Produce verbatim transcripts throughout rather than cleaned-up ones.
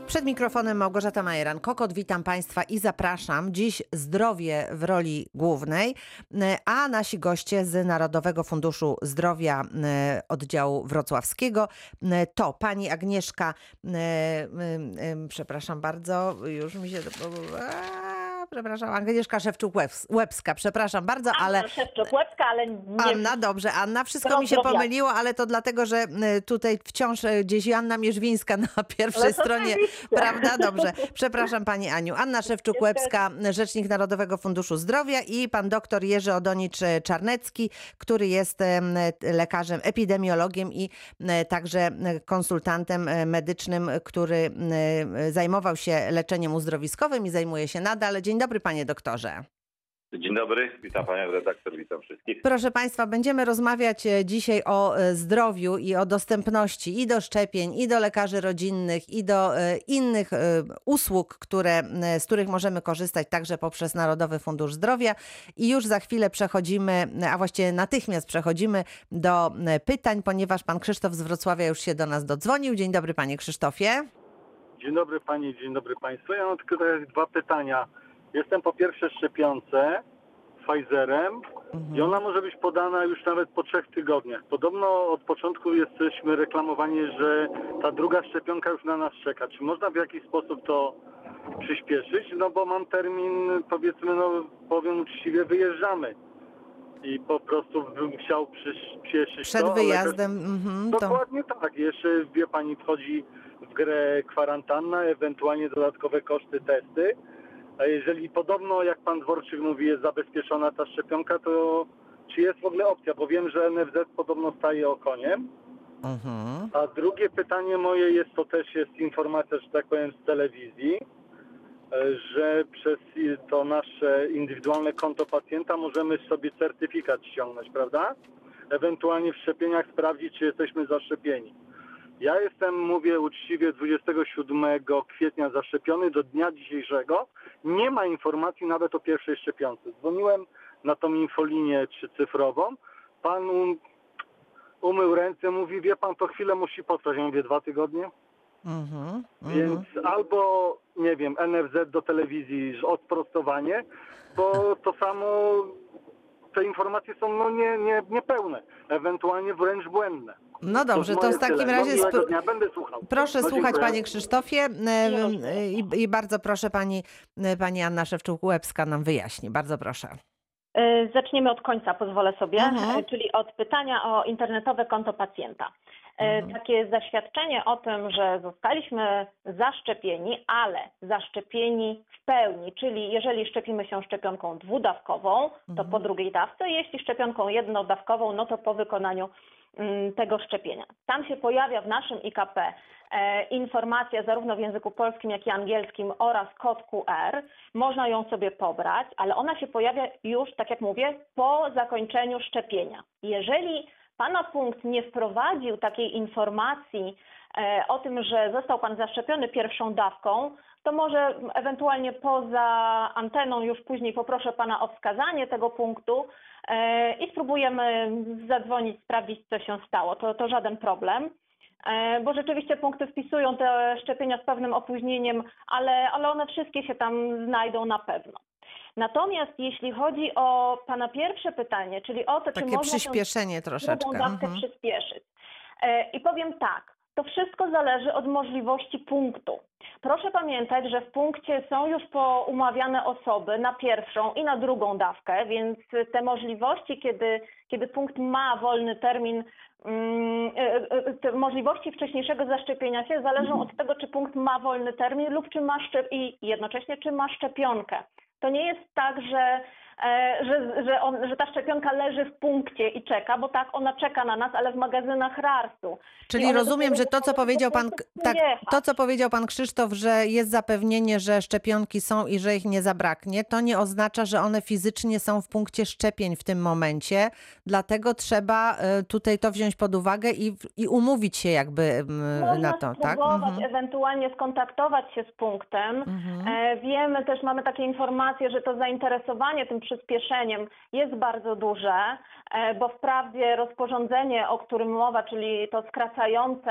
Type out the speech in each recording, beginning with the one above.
Przed mikrofonem Małgorzata Majeran-Kokot. Witam Państwa i zapraszam. Dziś zdrowie w roli głównej, a nasi goście z Narodowego Funduszu Zdrowia oddziału wrocławskiego to pani Agnieszka, przepraszam bardzo, już mi się... Przepraszam, Agnieszka Szewczuk-Łebska, przepraszam bardzo, Anna ale... Szewczuk-Łebska, ale nie... Anna, dobrze, Anna, wszystko mi się pomyliło, ale to dlatego, że tutaj wciąż gdzieś Joanna Mierzwińska na pierwszej stronie, prawda? Dobrze, przepraszam pani Aniu. Anna Szewczuk-Łebska, rzecznik Narodowego Funduszu Zdrowia i pan doktor Jerzy Odonicz-Czarnecki, który jest lekarzem, epidemiologiem i także konsultantem medycznym, który zajmował się leczeniem uzdrowiskowym i zajmuje się nadal. Dzień dobry, panie doktorze. Dzień dobry, witam panią redaktor, witam wszystkich. Proszę państwa, będziemy rozmawiać dzisiaj o zdrowiu i o dostępności i do szczepień, i do lekarzy rodzinnych, i do innych usług, które, z których możemy korzystać także poprzez Narodowy Fundusz Zdrowia. I już za chwilę przechodzimy, a właściwie natychmiast przechodzimy do pytań, ponieważ pan Krzysztof z Wrocławia już się do nas dodzwonił. Dzień dobry, panie Krzysztofie. Dzień dobry pani, dzień dobry państwu. Ja mam tylko dwa pytania. Jestem po pierwsze szczepionce Pfizerem mhm. i ona może być podana już nawet po trzech tygodniach. Podobno od początku jesteśmy reklamowani, że ta druga szczepionka już na nas czeka. Czy można w jakiś sposób to przyspieszyć? No bo mam termin, powiedzmy, no powiem uczciwie, wyjeżdżamy. I po prostu bym chciał przyspieszyć Przed to. wyjazdem. Ale... Mhm, Dokładnie to... tak. Jeszcze, wie pani, wchodzi w grę kwarantanna, ewentualnie dodatkowe koszty, testy. A jeżeli podobno, jak pan Dworczyk mówi, jest zabezpieczona ta szczepionka, to czy jest w ogóle opcja? Bo wiem, że N F Z podobno staje okoniem. mhm. A drugie pytanie moje jest, to też jest informacja, że tak powiem, z telewizji, że przez to nasze indywidualne konto pacjenta możemy sobie certyfikat ściągnąć, prawda? Ewentualnie w szczepieniach sprawdzić, czy jesteśmy zaszczepieni. Ja jestem, mówię uczciwie, dwudziestego siódmego kwietnia zaszczepiony. Do dnia dzisiejszego nie ma informacji nawet o pierwszej szczepionce. Dzwoniłem na tą infolinię trzycyfrową. Pan um, umył ręce, mówi, wie pan, to chwilę musi potrwać. Ja mówię, dwa tygodnie? Mhm, Więc mhm. albo, nie wiem, N F Z do telewizji o sprostowanie, bo to samo, te informacje są no nie, nie, niepełne, ewentualnie wręcz błędne. No dobrze, to, to w takim tyle. razie... No, Sp... dnia. Będę słuchał. Proszę no, słuchać, dziękuję. panie Krzysztofie, i, i bardzo proszę pani, pani Anna Szewczuk-Łebska nam wyjaśni. Bardzo proszę. Zaczniemy od końca, pozwolę sobie, Mhm. czyli od pytania o internetowe konto pacjenta. Mhm. Takie zaświadczenie o tym, że zostaliśmy zaszczepieni, ale zaszczepieni w pełni, czyli jeżeli szczepimy się szczepionką dwudawkową, to Mhm. po drugiej dawce, jeśli szczepionką jednodawkową, no to po wykonaniu mm, tego szczepienia. Tam się pojawia w naszym I K P e, informacja zarówno w języku polskim, jak i angielskim oraz kod Q R. Można ją sobie pobrać, ale ona się pojawia już, tak jak mówię, po zakończeniu szczepienia. Jeżeli pana punkt nie wprowadził takiej informacji e, o tym, że został pan zaszczepiony pierwszą dawką, to może ewentualnie poza anteną już później poproszę pana o wskazanie tego punktu e, i spróbujemy zadzwonić, sprawdzić, co się stało. To, to żaden problem, e, bo rzeczywiście punkty wpisują te szczepienia z pewnym opóźnieniem, ale, ale one wszystkie się tam znajdą na pewno. Natomiast jeśli chodzi o pana pierwsze pytanie, czyli o to, Takie czy można przyspieszenie troszeczkę. drugą dawkę Mhm. przyspieszyć. E, I powiem tak, to wszystko zależy od możliwości punktu. Proszę pamiętać, że w punkcie są już poumawiane osoby na pierwszą i na drugą dawkę, więc te możliwości, kiedy, kiedy punkt ma wolny termin, te możliwości wcześniejszego zaszczepienia się zależą od tego, czy punkt ma wolny termin lub czy ma szczep- i jednocześnie czy ma szczepionkę. To nie jest tak, że, że, że, on, że ta szczepionka leży w punkcie i czeka, bo tak, ona czeka na nas, ale w magazynach rarsu. Czyli rozumiem, że to, co powiedział pan, tak, to, co powiedział pan Krzysztof, że jest zapewnienie, że szczepionki są i że ich nie zabraknie, to nie oznacza, że one fizycznie są w punkcie szczepień w tym momencie. Dlatego trzeba tutaj to wziąć pod uwagę i, i umówić się jakby Można na to, tak? spróbować Mhm. ewentualnie skontaktować się z punktem. Mhm. E, wiemy też, mamy takie informacje, że to zainteresowanie tym przyspieszeniem jest bardzo duże, e, bo wprawdzie rozporządzenie, o którym mowa, czyli to skracające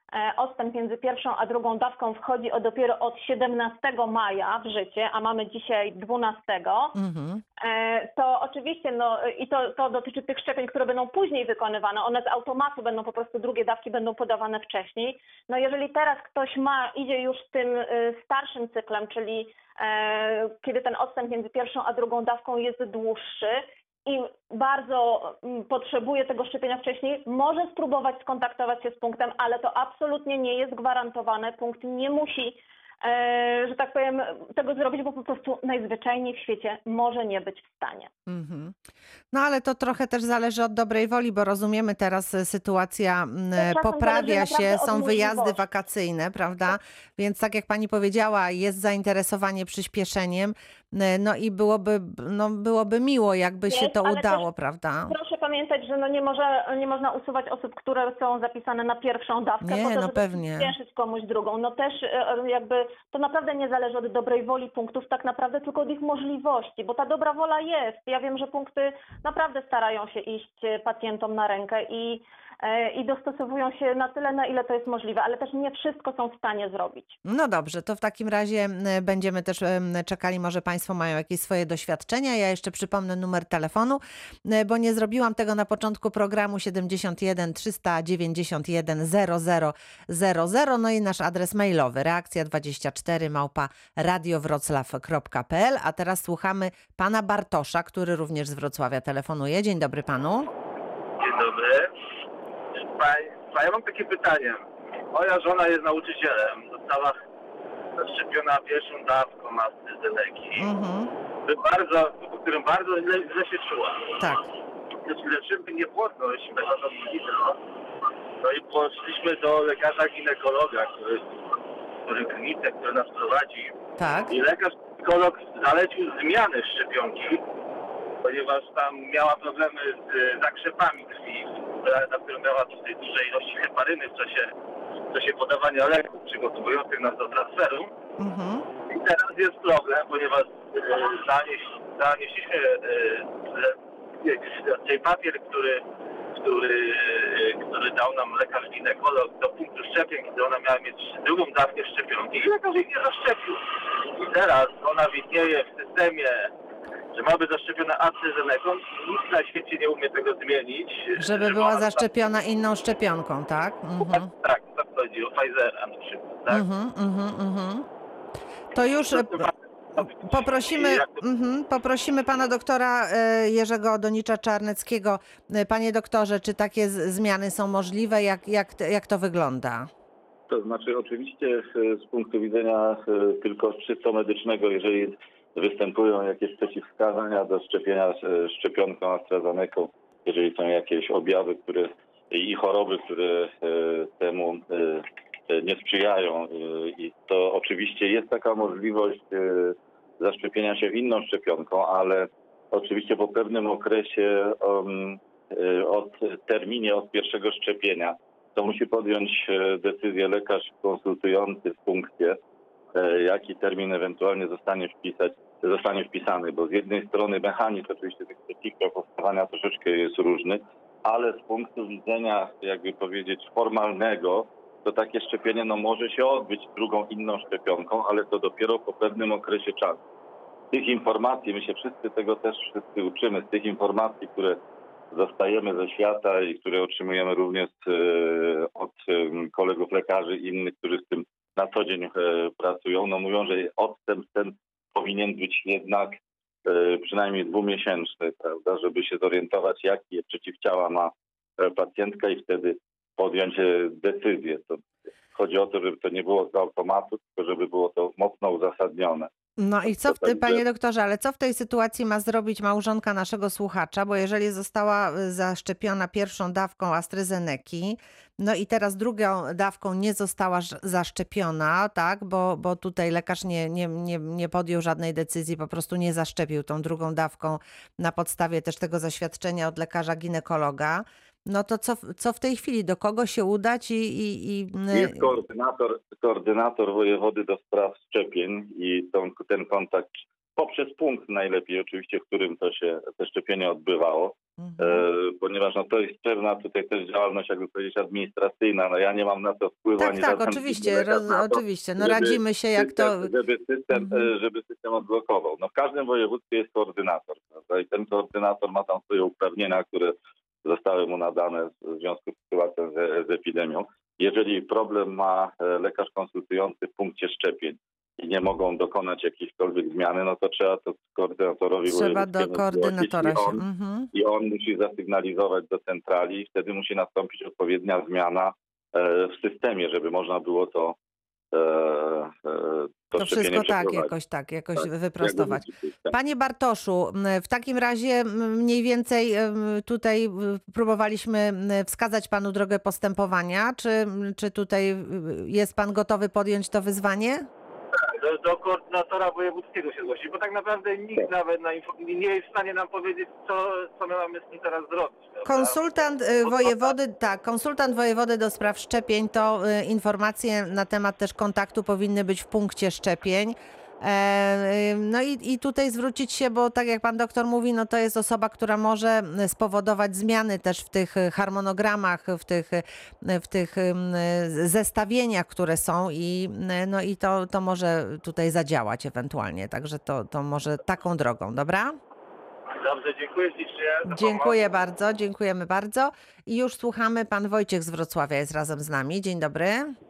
odstęp między pierwszą a drugą dawką wchodzi o dopiero od siedemnastego maja w życie, a mamy dzisiaj dwunastego, Mhm. to oczywiście, no i to, to dotyczy tych szczepień, które będą później wykonywane. One z automatu będą po prostu, drugie dawki będą podawane wcześniej. No jeżeli teraz ktoś ma, idzie już z tym starszym cyklem, czyli kiedy ten odstęp między pierwszą a drugą dawką jest dłuższy, i bardzo potrzebuje tego szczepienia wcześniej, może spróbować skontaktować się z punktem, ale to absolutnie nie jest gwarantowane. Punkt nie musi, e, że tak powiem, tego zrobić, bo po prostu najzwyczajniej w świecie może nie być w stanie. Mhm. No ale to trochę też zależy od dobrej woli, bo rozumiemy teraz e, sytuacja m, czasem poprawia zależy się, naprawdę od są wyjazdy możliwości. wakacyjne, prawda? Więc tak jak pani powiedziała, jest zainteresowanie przyspieszeniem, n- no i byłoby, no, byłoby miło, jakby się Jest, to ale udało, też prawda? Proszę pamiętać, że no nie, może, nie można usuwać osób, które są zapisane na pierwszą dawkę, Nie, po to, no żeby pewnie. przyspieszyć komuś drugą. No też e, jakby to naprawdę nie zależy od dobrej woli punktów, tak naprawdę tylko od ich możliwości, bo ta dobra wola jest. Ja wiem, że punkty naprawdę starają się iść e, pacjentom na rękę i, e, i dostosowują się na tyle, na ile to jest możliwe, ale też nie wszystko są w stanie zrobić. No dobrze, to w takim razie m, będziemy też em, czekali, może państwo mają jakieś swoje doświadczenia. Ja jeszcze przypomnę numer telefonu, m, bo nie zrobiłam tego na początku programu siedemdziesiąt jeden trzysta dziewięćdziesiąt jeden zero zero zero zero, no i nasz adres mailowy reakcja dwadzieścia cztery małpa radiowroclaw kropka p l. A teraz słuchamy pana Bartosza, który również z Wrocławia telefonuje. Dzień dobry panu. Dzień dobry. Państwa, ja mam takie pytanie. Moja żona jest nauczycielem. Została zaszczepiona pierwszą dawką AstraZeneki, Mhm. by bardzo, po którym bardzo źle, źle się czuła. Tak. Znaczy leczymy niepłodność metodą in vitro. No i poszliśmy do lekarza ginekologa, który, który klinikę, który nas prowadzi. Tak. I lekarz ginekolog zalecił zmianę szczepionki, ponieważ tam miała problemy z zakrzepami krwi, na którą miała dosyć duże ilości heparyny w czasie, w czasie podawania leków przygotowujących nas do transferu. Mhm. I teraz jest problem, ponieważ e, zanieś, zanieśliśmy e, ten papier, który, który, e, który dał nam lekarz ginekolog do punktu szczepień, gdy ona miała mieć drugą dawkę szczepionki i lekarz jej nie zaszczepił. I teraz ona widnieje w systemie, że ma być zaszczepiona AstraZeneką. Nikt na świecie nie umie tego zmienić. Żeby że była ona- zaszczepiona inną szczepionką, tak? Mhm. Tak, tak chodzi o Pfizera na przykład, tak? Mhm, mhm, mhm. To już e, poprosimy, mhm, poprosimy pana doktora e, Jerzego Donicza-Czarneckiego. E, Panie doktorze, czy takie z- zmiany są możliwe? Jak, jak, t- jak to wygląda? To znaczy oczywiście e, z punktu widzenia e, tylko czysto medycznego, jeżeli występują jakieś przeciwwskazania do szczepienia e, szczepionką AstraZeneką, jeżeli są jakieś objawy, które i choroby, które e, temu e, e, nie sprzyjają, e, i to oczywiście jest taka możliwość e, zaszczepienia się inną szczepionką, ale oczywiście po pewnym okresie um, e, od terminie od pierwszego szczepienia to musi podjąć e, decyzję lekarz konsultujący w punkcie, e, jaki termin ewentualnie zostanie wpisać, zostanie wpisany, bo z jednej strony mechanizm oczywiście tych przeciwko powstawania troszeczkę jest różny, ale z punktu widzenia, jakby powiedzieć, formalnego, to takie szczepienie no, może się odbyć drugą inną szczepionką, ale to dopiero po pewnym okresie czasu. Z tych informacji, my się wszyscy tego też wszyscy uczymy, z tych informacji, które dostajemy ze świata i które otrzymujemy również e, od e, kolegów lekarzy i innych, którzy z tym na co dzień e, pracują, no mówią, że odstęp ten powinien być jednak e, przynajmniej dwumiesięczny, prawda, żeby się zorientować, jakie przeciwciała ma e, pacjentka i wtedy podjąć e, decyzję. To chodzi o to, żeby to nie było z automatu, tylko żeby było to mocno uzasadnione. No i co, w, To także- panie doktorze, ale co w tej sytuacji ma zrobić małżonka naszego słuchacza? Bo jeżeli została y, zaszczepiona pierwszą dawką AstraZeneki, no i teraz drugą dawką nie została ż- zaszczepiona, tak? Bo, bo tutaj lekarz nie, nie, nie, nie podjął żadnej decyzji, po prostu nie zaszczepił tą drugą dawką na podstawie też tego zaświadczenia od lekarza ginekologa. No to co, w- co w tej chwili? Do kogo się udać i... i, i Jest koordynator, koordynator wojewody do spraw szczepień i tą, ten kontakt poprzez punkt najlepiej oczywiście, w którym to się te szczepienie odbywało. Mhm. e, ponieważ no, to jest pewna tutaj też działalność, jakby powiedzieć, administracyjna. No, ja nie mam na to wpływu, Tak, ani tak, żaden oczywiście, lekarz roz, na to, oczywiście. No żeby radzimy się jak to... system, żeby system, Mhm. e, żeby system odblokował. No, w każdym województwie jest koordynator, prawda? I ten koordynator ma tam swoje uprawnienia, które zostały mu nadane w związku z sytuacją z, z epidemią. Jeżeli problem ma e, lekarz konsultujący w punkcie szczepień i nie mogą dokonać jakiejśkolwiek zmiany, no to trzeba to koordynatorowi Trzeba do wojewódzkiemu koordynatora zgłosić i się... on, Mhm. i on musi zasygnalizować do centrali i wtedy musi nastąpić odpowiednia zmiana e, w systemie, żeby można było to e, e, to, To szczepienie wszystko tak, przeprowadzić. jakoś tak, jakoś Tak, wyprostować. jakby system. Panie Bartoszu, m, w takim razie m, mniej więcej em, tutaj m, próbowaliśmy m, wskazać panu drogę postępowania. Czy, czy tutaj y, jest pan gotowy podjąć to wyzwanie? Do, do koordynatora wojewódzkiego się zgłosić, bo tak naprawdę nikt nawet na info, nie jest w stanie nam powiedzieć, co, co my mamy z tym teraz zrobić. Prawda? Konsultant y, wojewody, tak, konsultant wojewody do spraw szczepień, to y, informacje na temat też kontaktu powinny być w punkcie szczepień. E, y, No i, i tutaj zwrócić się, bo tak jak pan doktor mówi, no to jest osoba, która może spowodować zmiany też w tych harmonogramach, w tych, w tych ym, zestawieniach, które są i, no i to, to może tutaj zadziałać ewentualnie. Także to, to może taką drogą, dobra? Dobrze, dziękuję ślicznie. za pomoc. Dziękuję bardzo, dziękujemy bardzo. I już słuchamy, pan Wojciech z Wrocławia jest razem z nami. Dzień dobry.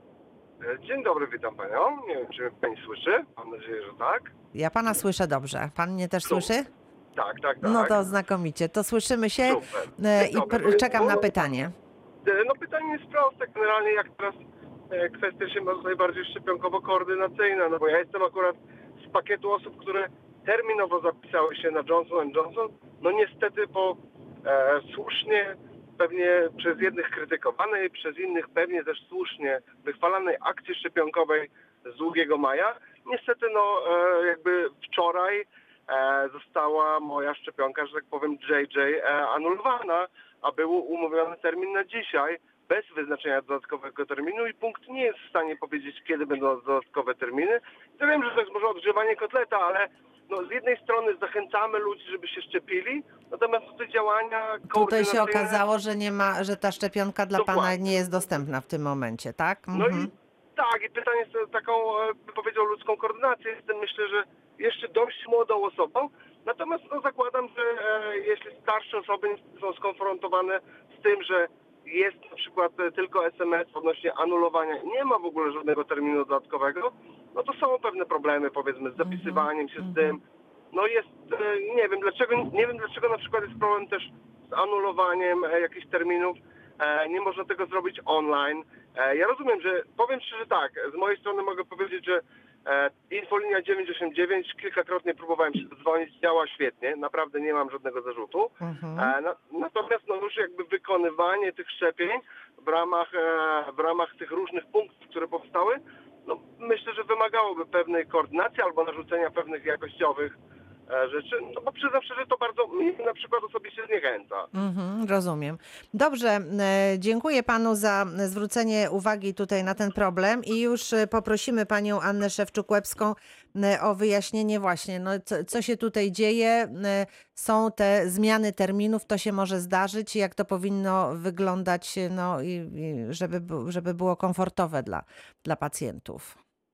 Dzień dobry, witam panią. Nie wiem, czy pani słyszy. Mam nadzieję, że tak. Ja pana słyszę dobrze. Pan mnie też Super. słyszy? Tak, tak, tak. No to znakomicie. To słyszymy się Super. e, Dzień i dobry. pr- czekam na pytanie. E, No pytanie jest proste. Generalnie jak teraz e, kwestia się ma najbardziej szczepionkowo-koordynacyjna, no bo ja jestem akurat z pakietu osób, które terminowo zapisały się na Johnson and Johnson. No niestety po e, słusznie, pewnie przez jednych krytykowanej, przez innych pewnie też słusznie wychwalanej akcji szczepionkowej z długiego maja, niestety no e, jakby wczoraj e, została moja szczepionka, że tak powiem J J e, anulowana, a był umówiony termin na dzisiaj bez wyznaczenia dodatkowego terminu i punkt nie jest w stanie powiedzieć, kiedy będą dodatkowe terminy. Ja wiem, że to jest może odgrzewanie kotleta, ale no, z jednej strony zachęcamy ludzi, żeby się szczepili, natomiast te działania Tutaj się koordynacyjne- okazało, że nie ma, że ta szczepionka dla pana Dokładnie. nie jest dostępna w tym momencie, tak? No Mhm. i tak, i pytanie jest taką, e, by powiedział, ludzką koordynację. Jestem, myślę, że jeszcze dość młodą osobą. Natomiast no, zakładam, że e, jeśli starsze osoby są skonfrontowane z tym, że jest na przykład e, tylko S M S odnośnie anulowania i nie ma w ogóle żadnego terminu dodatkowego, no to są pewne problemy, powiedzmy, z zapisywaniem się z tym. No jest, e, nie wiem dlaczego, nie wiem dlaczego na przykład jest problem też z anulowaniem e, jakichś terminów. E, nie można tego zrobić online. E, ja rozumiem, że powiem szczerze tak, z mojej strony mogę powiedzieć, że e, infolinia dziewięć osiem dziewięć, kilkakrotnie próbowałem się dzwonić, działa świetnie, naprawdę nie mam żadnego zarzutu. Mhm. E, na, natomiast no już jakby wykonywanie tych szczepień w ramach, e, w ramach tych różnych punktów, które powstały, no myślę, że wymagałoby pewnej koordynacji albo narzucenia pewnych jakościowych e, rzeczy, no bo przyznam szczerze, to bardzo mnie na przykład osobiście zniechęca. Mhm, rozumiem. Dobrze, e, dziękuję panu za zwrócenie uwagi tutaj na ten problem i już e, poprosimy panią Annę Szewczuk-Łebską e, o wyjaśnienie właśnie, no, co, co się tutaj dzieje. E, Są te zmiany terminów, to się może zdarzyć, jak to powinno wyglądać, no, i, i żeby, bu- żeby było komfortowe dla, dla pacjentów.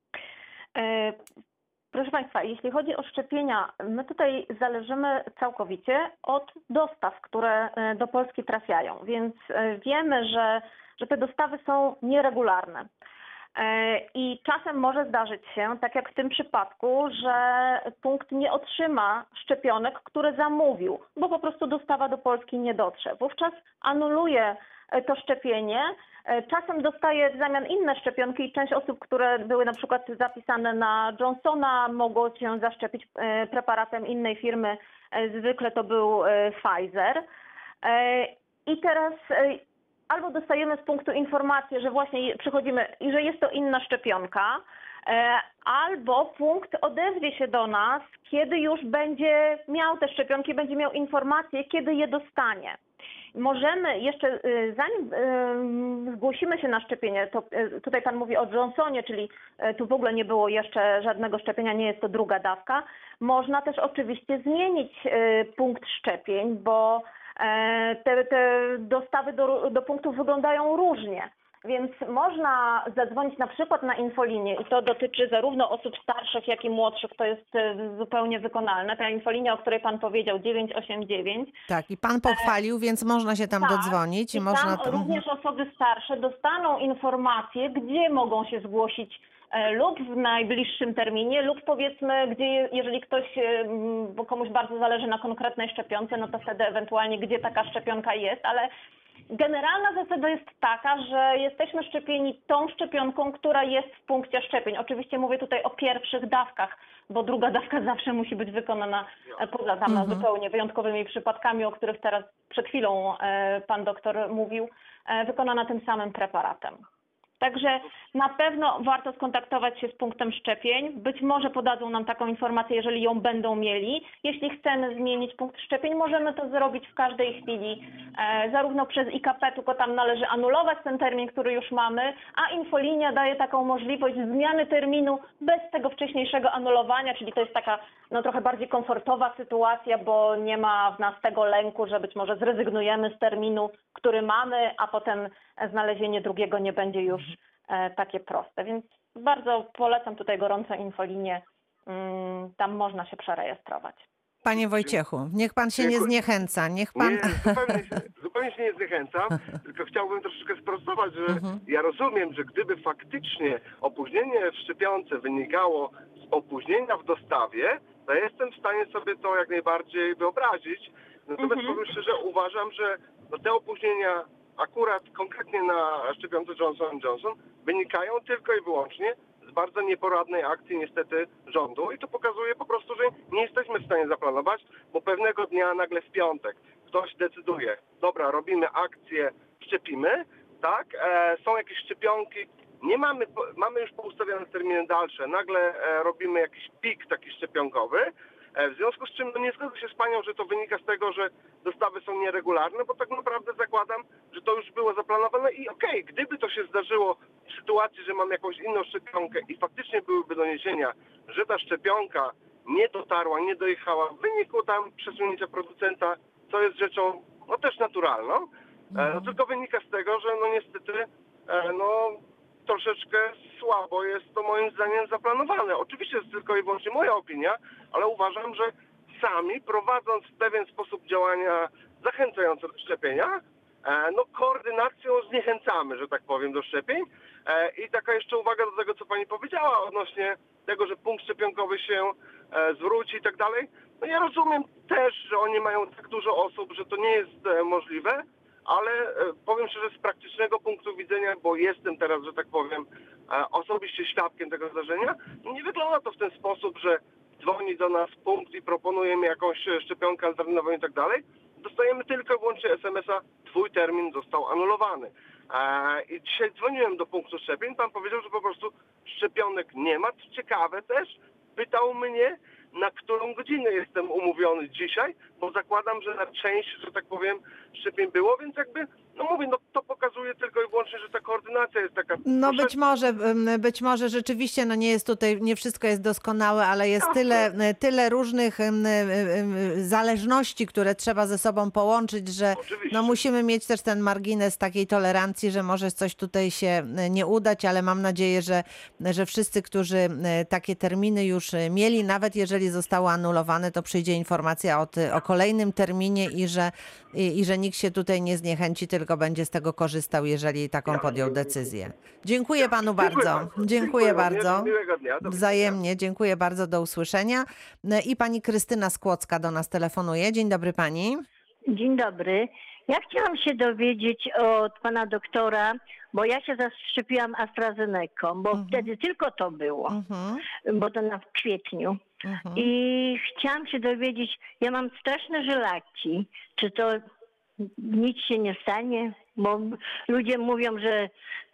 E, Proszę Państwa, jeśli chodzi o szczepienia, my tutaj zależymy całkowicie od dostaw, które e, do Polski trafiają, więc e, wiemy, że, że te dostawy są nieregularne. E, I czasem może zdarzyć się, tak jak w tym przypadku, że punkt nie otrzyma szczepionek, które zamówił, bo po prostu dostawa do Polski nie dotrze. Wówczas anuluje e, to szczepienie. E, Czasem dostaje w zamian inne szczepionki i część osób, które były na przykład zapisane na Johnsona, mogło się zaszczepić e, preparatem innej firmy. E, Zwykle to był e, Pfizer. E, I teraz e, albo dostajemy z punktu informację, że właśnie przychodzimy i że jest to inna szczepionka, e, albo punkt odezwie się do nas, kiedy już będzie miał te szczepionki, będzie miał informację, kiedy je dostanie. Możemy jeszcze, y, zanim y, zgłosimy się na szczepienie, to y, tutaj Pan mówi o Johnsonie, czyli y, tu w ogóle nie było jeszcze żadnego szczepienia, nie jest to druga dawka. Można też oczywiście zmienić y, punkt szczepień, bo te, te dostawy do, do punktów wyglądają różnie. Więc można zadzwonić na przykład na infolinię i to dotyczy zarówno osób starszych, jak i młodszych. To jest zupełnie wykonalne. Ta infolinia, o której Pan powiedział, dziewięć osiem dziewięć. Tak, i Pan pochwalił, więc można się tam tak, dodzwonić. I, i można tam to... również osoby starsze dostaną informację, gdzie mogą się zgłosić lub w najbliższym terminie, lub powiedzmy, gdzie jeżeli ktoś, bo komuś bardzo zależy na konkretnej szczepionce, no to wtedy ewentualnie gdzie taka szczepionka jest, ale generalna zasada jest taka, że jesteśmy szczepieni tą szczepionką, która jest w punkcie szczepień. Oczywiście mówię tutaj o pierwszych dawkach, bo druga dawka zawsze musi być wykonana poza tam Mhm. zupełnie wyjątkowymi przypadkami, o których teraz przed chwilą pan doktor mówił, wykonana tym samym preparatem. Także na pewno warto skontaktować się z punktem szczepień. Być może podadzą nam taką informację, jeżeli ją będą mieli. Jeśli chcemy zmienić punkt szczepień, możemy to zrobić w każdej chwili, e, zarówno przez I K P, tylko tam należy anulować ten termin, który już mamy, a infolinia daje taką możliwość zmiany terminu bez tego wcześniejszego anulowania, czyli to jest taka no, trochę bardziej komfortowa sytuacja, bo nie ma w nas tego lęku, że być może zrezygnujemy z terminu, który mamy, a potem znalezienie drugiego nie będzie już e, takie proste. Więc bardzo polecam tutaj gorąco infolinię. Mm, tam można się przerejestrować. Panie Wojciechu, niech Pan się nie Dziękuję. zniechęca. Niech Pan... Nie, zupełnie się, zupełnie się nie zniechęcam, tylko chciałbym troszeczkę sprostować, że Mhm. ja rozumiem, że gdyby faktycznie opóźnienie w szczepionce wynikało z opóźnienia w dostawie, to ja jestem w stanie sobie to jak najbardziej wyobrazić. Natomiast Mhm. powiem szczerze, uważam, że no te opóźnienia akurat konkretnie na szczepionce Johnson and Johnson wynikają tylko i wyłącznie z bardzo nieporadnej akcji niestety rządu i to pokazuje po prostu, że nie jesteśmy w stanie zaplanować, bo pewnego dnia nagle w piątek ktoś decyduje, dobra, robimy akcję, szczepimy, tak, e, są jakieś szczepionki, nie mamy, mamy już poustawione terminy dalsze, nagle e, robimy jakiś pik taki szczepionkowy, e, w związku z czym no nie zgodzę się z Panią, że to wynika z tego, że dostawy są nieregularne, bo tak naprawdę zakładam, że to już było zaplanowane i okej, okay, gdyby to się zdarzyło w sytuacji, że mam jakąś inną szczepionkę i faktycznie byłyby doniesienia, że ta szczepionka nie dotarła, nie dojechała w wyniku tam przesunięcia producenta, co jest rzeczą no też naturalną, e, no, tylko wynika z tego, że no niestety e, no troszeczkę słabo jest to moim zdaniem zaplanowane. Oczywiście jest tylko i wyłącznie moja opinia, ale uważam, że sami prowadząc w pewien sposób działania zachęcające do szczepienia, e, no koordynacją zniechęcamy, że tak powiem, do szczepień. E, I taka jeszcze uwaga do tego, co Pani powiedziała odnośnie tego, że punkt szczepionkowy się e, zwróci i tak dalej. No ja rozumiem też, że oni mają tak dużo osób, że to nie jest e, możliwe, ale e, powiem szczerze, z praktycznego punktu widzenia, bo jestem teraz, że tak powiem, e, osobiście świadkiem tego zdarzenia, nie wygląda to w ten sposób, że dzwoni do nas punkt i proponujemy jakąś szczepionkę alternatywną i tak dalej. Dostajemy tylko i wyłącznie es em es a, twój termin został anulowany. E, I dzisiaj dzwoniłem do punktu szczepień, pan powiedział, że po prostu szczepionek nie ma. Co ciekawe też, pytał mnie, na którą godzinę jestem umówiony dzisiaj, bo zakładam, że na część, że tak powiem, szczepień było, więc jakby, no mówię, no to pokazuje tylko i wyłącznie, że ta koordynacja jest taka... No troszeczkę- być może, ym, być może rzeczywiście, no nie jest tutaj, nie wszystko jest doskonałe, ale jest Jasne. tyle, tyle różnych ym, ym, zależności, które trzeba ze sobą połączyć, że Oczywiście. no musimy mieć też ten margines takiej tolerancji, że może coś tutaj się nie udać, ale mam nadzieję, że, że wszyscy, którzy takie terminy już mieli, nawet jeżeli zostały anulowane, to przyjdzie informacja o, ty, o kolejnym terminie i że, i, i że nikt się tutaj nie zniechęci, tylko będzie z tego korzystał, jeżeli taką podjął decyzję. Dziękuję panu bardzo. bardzo. Dziękuję Dziękuję bardzo. również. Miłego dnia. Do widzenia. Wzajemnie. Dziękuję bardzo. Do usłyszenia. I pani Krystyna Skłocka do nas telefonuje. Dzień dobry pani. Dzień dobry. Ja chciałam się dowiedzieć od pana doktora, bo ja się zaszczepiłam AstraZeneką, bo Mhm. wtedy tylko to było, Mhm. bo to na w kwietniu. Mhm. I chciałam się dowiedzieć, ja mam straszne żylaki, czy to nic się nie stanie? Bo ludzie mówią, że,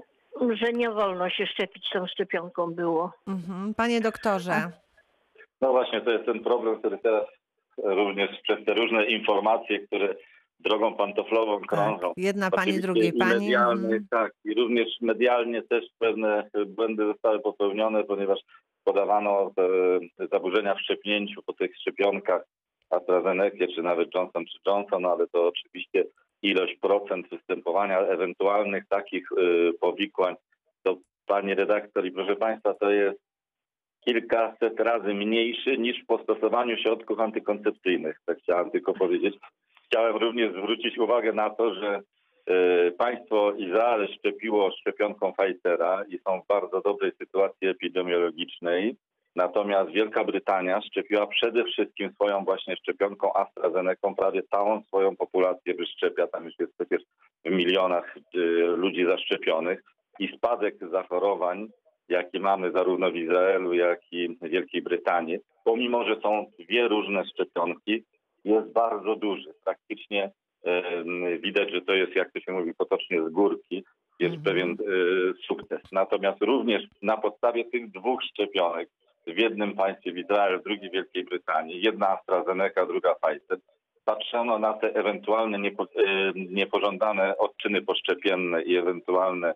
że nie wolno się szczepić tą szczepionką było. Mhm. Panie doktorze. No właśnie, to jest ten problem, który teraz również przez te różne informacje, które drogą pantoflową krążą. Tak. Jedna pani, Oczywiście drugiej i pani. Medialnie, Mhm. tak, i również medialnie też pewne błędy zostały popełnione, ponieważ podawano te zaburzenia w szczepnięciu po tych szczepionkach AstraZenekę, czy nawet Johnson czy Johnson, ale to oczywiście ilość procent występowania ewentualnych takich y, powikłań, to pani redaktor i proszę państwa, to jest kilkaset razy mniejszy niż po stosowaniu środków antykoncepcyjnych. Tak chciałem tylko powiedzieć. Chciałem również zwrócić uwagę na to, że y, państwo Izrael szczepiło szczepionką Pfizera i są w bardzo dobrej sytuacji epidemiologicznej. Natomiast Wielka Brytania szczepiła przede wszystkim swoją właśnie szczepionką AstraZeneką. Prawie całą swoją populację wyszczepia. Tam już jest przecież w milionach y, ludzi zaszczepionych. I spadek zachorowań, jaki mamy zarówno w Izraelu, jak i w Wielkiej Brytanii, pomimo że są dwie różne szczepionki, jest bardzo duży. Praktycznie y, widać, że to jest, jak to się mówi potocznie, z górki. Jest mhm. pewien y, sukces. Natomiast również na podstawie tych dwóch szczepionek, w jednym państwie w Izraelu, w drugiej w Wielkiej Brytanii, jedna AstraZeneca, druga Pfizer, patrzono na te ewentualne niepo, y, niepożądane odczyny poszczepienne i ewentualne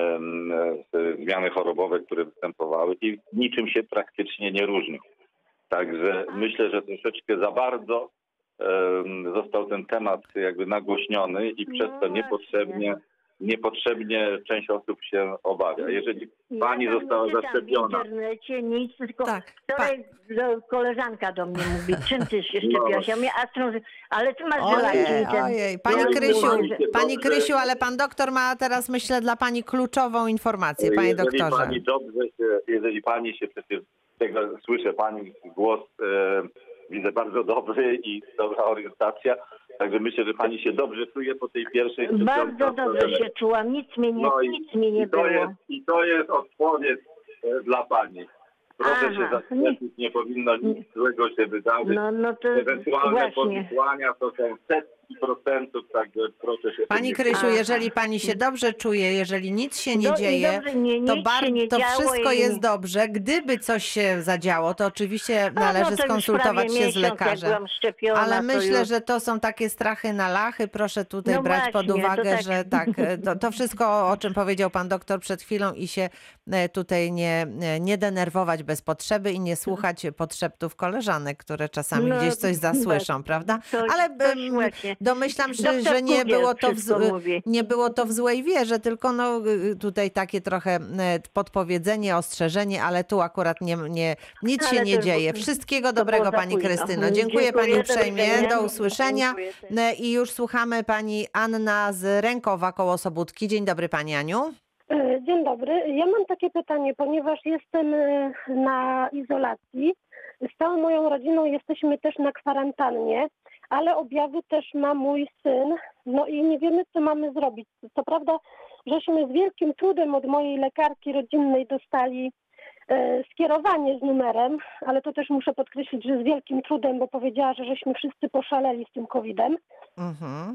zmiany chorobowe, które występowały i niczym się praktycznie nie różnią. Także myślę, że troszeczkę za bardzo um, został ten temat jakby nagłośniony i przez to niepotrzebnie, niepotrzebnie część osób się obawia. Jeżeli pani ja została nie czytam zaszczepiona... w internecie nic, tylko Tak, wczoraj do, koleżanka do mnie mówi, czym ty się szczepiłaś? Ja mówię, AstraZeneca, ale ty masz Ojej, żelaki. Ten... ojej. Pani No i Krysiu, słuchajcie, pani dobrze. Krysiu, ale pan doktor ma teraz, myślę, dla pani kluczową informację, panie jeżeli doktorze. Pani dobrze się, jeżeli pani się przecież tego słyszę pani głos, e, widzę bardzo dobry i dobra orientacja. Także myślę, że pani się dobrze czuje po tej pierwszej Bardzo dobrze się czułam, nic mi nie, no i, nic mi nie i to było. Jest, I to jest odpowiedź e, dla pani. Proszę Aha, się zaszczepić, nie, nie powinno nic złego się wydarzyć. No, no to Ewentualne właśnie. powikłania to są setki procentów, także proszę się... Pani tym nie Krysiu, Aha. jeżeli pani się dobrze czuje, jeżeli nic się nie Do- i dzieje, dobrze, nie, to, nic bar- się nie to działo wszystko i- jest dobrze. Gdyby coś się zadziało, to oczywiście No, należy no, to już skonsultować prawie się z miesiąc, jak lekarzem. byłam szczepiona, Ale to myślę, już... że to są takie strachy na lachy. Proszę tutaj No brać pod właśnie, to uwagę, tak. że tak, to, to wszystko, o czym powiedział pan doktor przed chwilą i się e, tutaj nie, nie denerwować bez potrzeby i nie słuchać podszeptów koleżanek, które czasami No, gdzieś coś zasłyszą, tak. prawda? To- Ale to em, właśnie. domyślam się, Doktor że nie Kugiel było to w, wszystko z- mówi. nie było to w złej wierze, tylko no, y, tutaj takie trochę e, podpowiedzenie, ostrzeżenie, ale tu akurat nie, nie, nic Ale się nie to- dzieje. Wszystkiego to dobrego było za pani późno. Krystyno. Dziękuję, Dziękuję, pani do uprzejmie. widzenia. Do usłyszenia. Dziękuję. E, I już słuchamy pani Anna z Rękowa koło Sobótki. Dzień dobry pani Aniu. E, Dzień dobry. Ja mam takie pytanie, ponieważ jestem e, na izolacji. Z całą moją rodziną jesteśmy też na kwarantannie, ale objawy też ma mój syn. No i nie wiemy, co mamy zrobić. Co prawda, żeśmy z wielkim trudem od mojej lekarki rodzinnej dostali e, skierowanie z numerem, ale to też muszę podkreślić, że z wielkim trudem, bo powiedziała, że żeśmy wszyscy poszaleli z tym kowidem. Mhm.